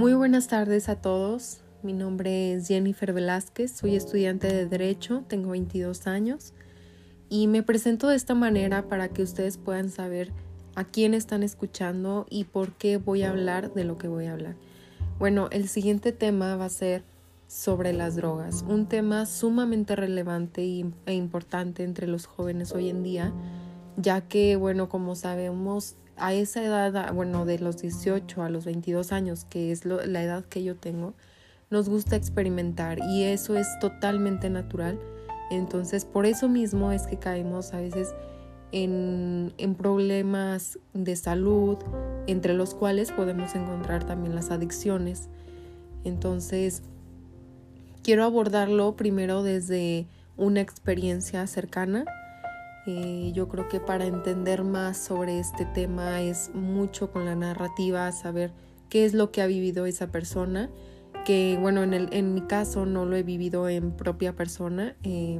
Muy buenas tardes a todos. Mi nombre es Jennifer Velázquez, soy estudiante de Derecho, tengo 22 años y me presento de esta manera para que ustedes puedan saber a quién están escuchando y por qué voy a hablar de lo que voy a hablar. Bueno, el siguiente tema va a ser sobre las drogas, un tema sumamente relevante e importante entre los jóvenes hoy en día, ya que, como sabemos, a esa edad, de los 18 a los 22 años, que es la edad que yo tengo, nos gusta experimentar y eso es totalmente natural. Entonces, por eso mismo es que caemos a veces en problemas de salud, entre los cuales podemos encontrar también las adicciones. Entonces, quiero abordarlo primero desde una experiencia cercana. Yo creo que para entender más sobre este tema es mucho con la narrativa, saber qué es lo que ha vivido esa persona, que en mi caso no lo he vivido en propia persona.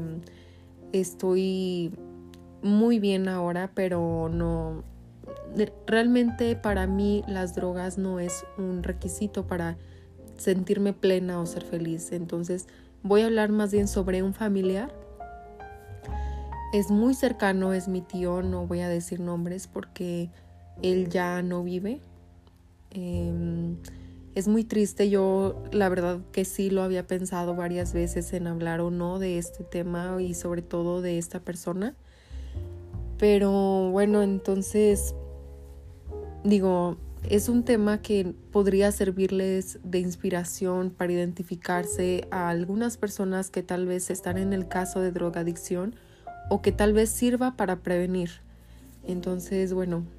Estoy muy bien ahora, pero no, realmente para mí las drogas no es un requisito para sentirme plena o ser feliz. Entonces voy a hablar más bien sobre un familiar. Es muy cercano, es mi tío, no voy a decir nombres porque él ya no vive. Es muy triste, yo la verdad que sí lo había pensado varias veces en hablar o no de este tema y sobre todo de esta persona. Pero entonces es un tema que podría servirles de inspiración para identificarse a algunas personas que tal vez están en el caso de drogadicción o que tal vez sirva para prevenir. Entonces,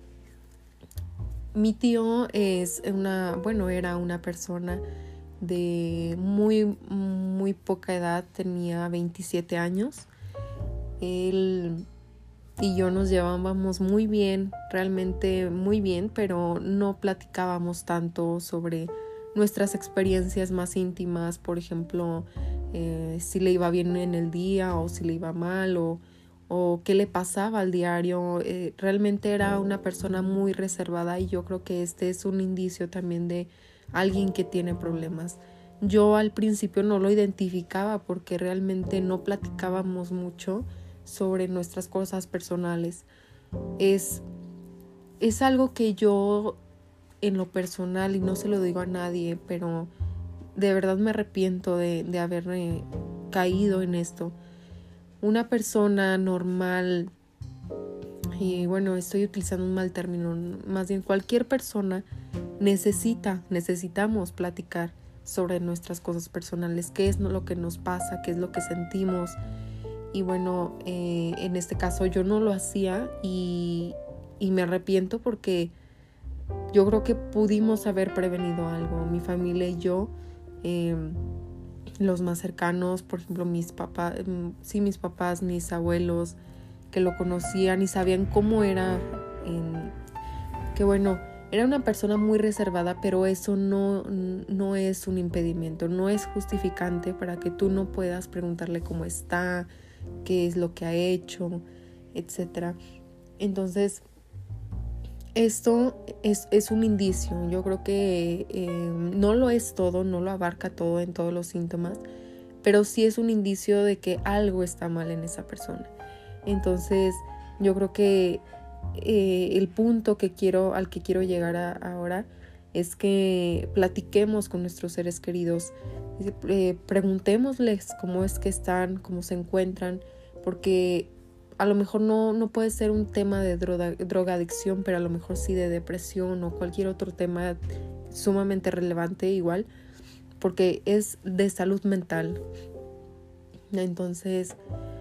mi tío era una persona de muy, muy poca edad, tenía 27 años. Él y yo nos llevábamos muy bien, realmente muy bien, pero no platicábamos tanto sobre nuestras experiencias más íntimas, por ejemplo, si le iba bien en el día o si le iba mal o qué le pasaba al diario. Realmente era una persona muy reservada y yo creo que este es un indicio también de alguien que tiene problemas. Yo al principio no lo identificaba porque realmente no platicábamos mucho sobre nuestras cosas personales. Es algo que yo en lo personal, y no se lo digo a nadie, pero de verdad me arrepiento de haber caído en esto. Una persona normal, y estoy utilizando un mal término, más bien cualquier persona necesitamos platicar sobre nuestras cosas personales, qué es lo que nos pasa, qué es lo que sentimos. Y en este caso yo no lo hacía y me arrepiento porque yo creo que pudimos haber prevenido algo, mi familia y yo. Los más cercanos, por ejemplo mis papás, mis abuelos, que lo conocían y sabían cómo era, era una persona muy reservada, pero eso no es un impedimento, no es justificante para que tú no puedas preguntarle cómo está, qué es lo que ha hecho, etcétera. Entonces esto es un indicio. Yo creo que no lo es todo, no lo abarca todo en todos los síntomas, pero sí es un indicio de que algo está mal en esa persona. Entonces yo creo que el punto al que quiero llegar ahora es que platiquemos con nuestros seres queridos, preguntémosles cómo es que están, cómo se encuentran, porque a lo mejor no puede ser un tema de drogadicción, pero a lo mejor sí de depresión o cualquier otro tema sumamente relevante igual, porque es de salud mental. Entonces,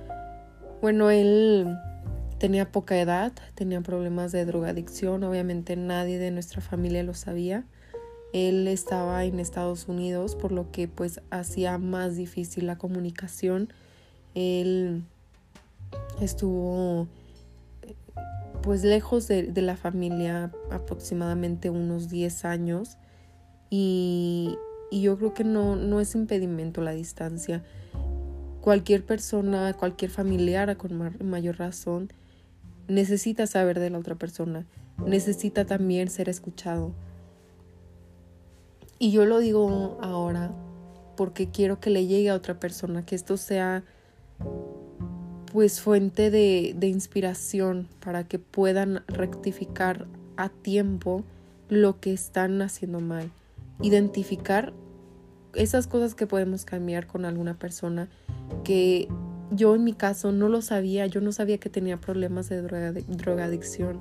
él tenía poca edad, tenía problemas de drogadicción, obviamente nadie de nuestra familia lo sabía. Él estaba en Estados Unidos, por lo que pues hacía más difícil la comunicación. Él estuvo pues lejos de la familia aproximadamente unos 10 años y yo creo que no es impedimento la distancia. Cualquier persona, cualquier familiar con mayor razón necesita saber de la otra persona, necesita también ser escuchado. Y yo lo digo ahora porque quiero que le llegue a otra persona, que esto sea pues fuente de inspiración para que puedan rectificar a tiempo lo que están haciendo mal. Identificar esas cosas que podemos cambiar con alguna persona, que yo en mi caso no lo sabía. Yo no sabía que tenía problemas de drogadicción.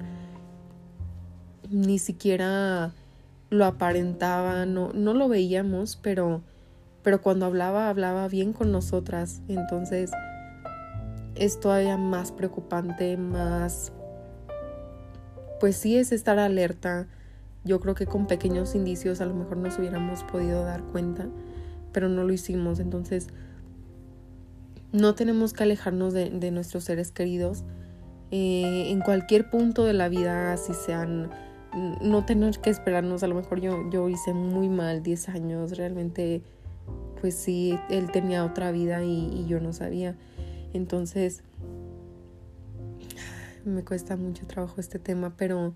Ni siquiera lo aparentaba, no lo veíamos, pero cuando hablaba bien con nosotras. Entonces es todavía más preocupante, más, pues sí, es estar alerta. Yo creo que con pequeños indicios a lo mejor nos hubiéramos podido dar cuenta, pero no lo hicimos. Entonces no tenemos que alejarnos de nuestros seres queridos en cualquier punto de la vida, así sean, no tener que esperarnos. A lo mejor yo hice muy mal 10 años, realmente pues sí, él tenía otra vida y yo no sabía. Entonces me cuesta mucho trabajo este tema, pero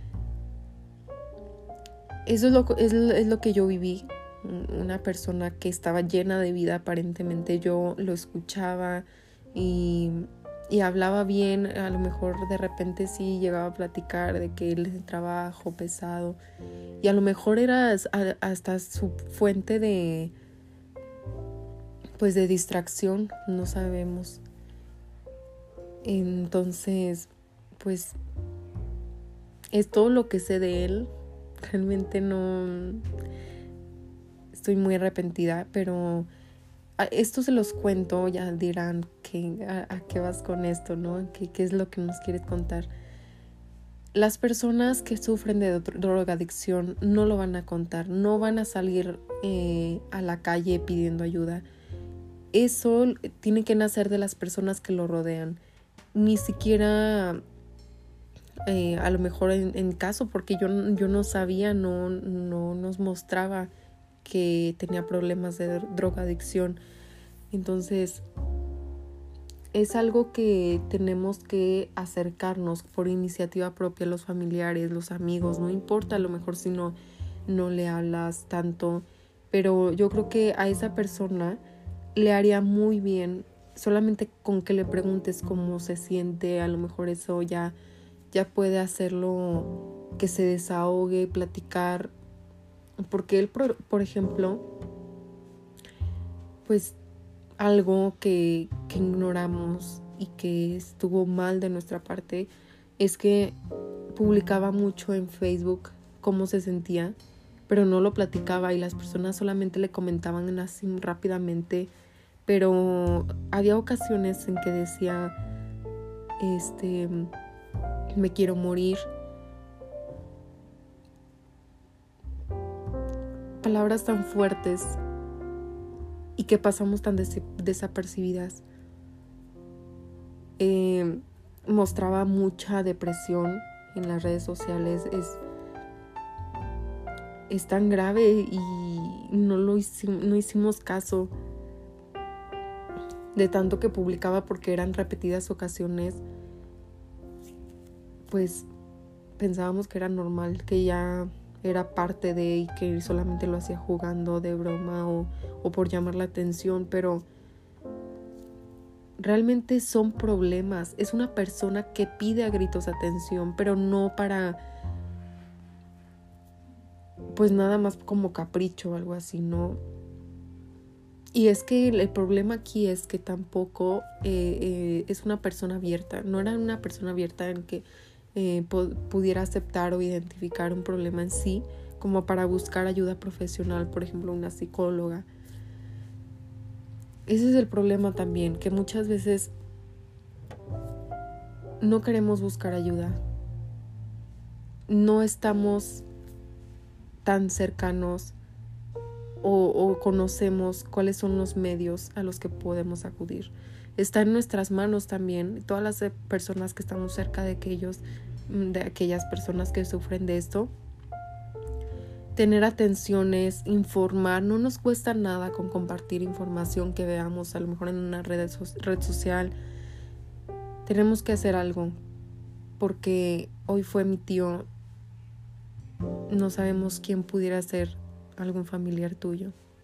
eso es lo que yo viví. Una persona que estaba llena de vida aparentemente. Yo lo escuchaba y hablaba bien. A lo mejor de repente sí llegaba a platicar de que él trabajo pesado, y a lo mejor era hasta su fuente de pues de distracción, no sabemos. Entonces pues es todo lo que sé de él. Realmente no estoy muy arrepentida, pero esto se los cuento. Ya dirán a qué vas con esto, ¿no? ¿Qué es lo que nos quieres contar? Las personas que sufren de drogadicción no lo van a contar, no van a salir a la calle pidiendo ayuda. Eso tiene que nacer de las personas que lo rodean. Ni siquiera a lo mejor en caso, porque yo no sabía, no nos mostraba que tenía problemas de drogadicción. Entonces es algo que tenemos que acercarnos por iniciativa propia, los familiares, los amigos, no importa, a lo mejor si no le hablas tanto, pero yo creo que a esa persona le haría muy bien solamente con que le preguntes cómo se siente. A lo mejor eso ya puede hacerlo que se desahogue, platicar, porque él, por ejemplo, pues algo que ignoramos y que estuvo mal de nuestra parte es que publicaba mucho en Facebook cómo se sentía, pero no lo platicaba, y las personas solamente le comentaban así rápidamente. Pero había ocasiones en que decía, me quiero morir. Palabras tan fuertes y que pasamos tan desapercibidas. Mostraba mucha depresión en las redes sociales. Es tan grave y no hicimos caso de tanto que publicaba, porque eran repetidas ocasiones. Pues pensábamos que era normal, que ya era parte de, y que solamente lo hacía jugando, de broma o por llamar la atención, pero realmente son problemas. Es una persona que pide a gritos atención, pero no para pues nada más como capricho o algo así, ¿no? Y es que el problema aquí es que tampoco es una persona abierta. No era una persona abierta en que pudiera aceptar o identificar un problema en sí, como para buscar ayuda profesional, por ejemplo, una psicóloga. Ese es el problema también, que muchas veces no queremos buscar ayuda. No estamos tan cercanos o conocemos cuáles son los medios a los que podemos acudir. Está en nuestras manos también, todas las personas que estamos cerca de aquellas personas que sufren de esto, tener atenciones, informar. No nos cuesta nada con compartir información que veamos a lo mejor en una red social. Tenemos que hacer algo, porque hoy fue mi tío. No sabemos quién pudiera ser algún familiar tuyo.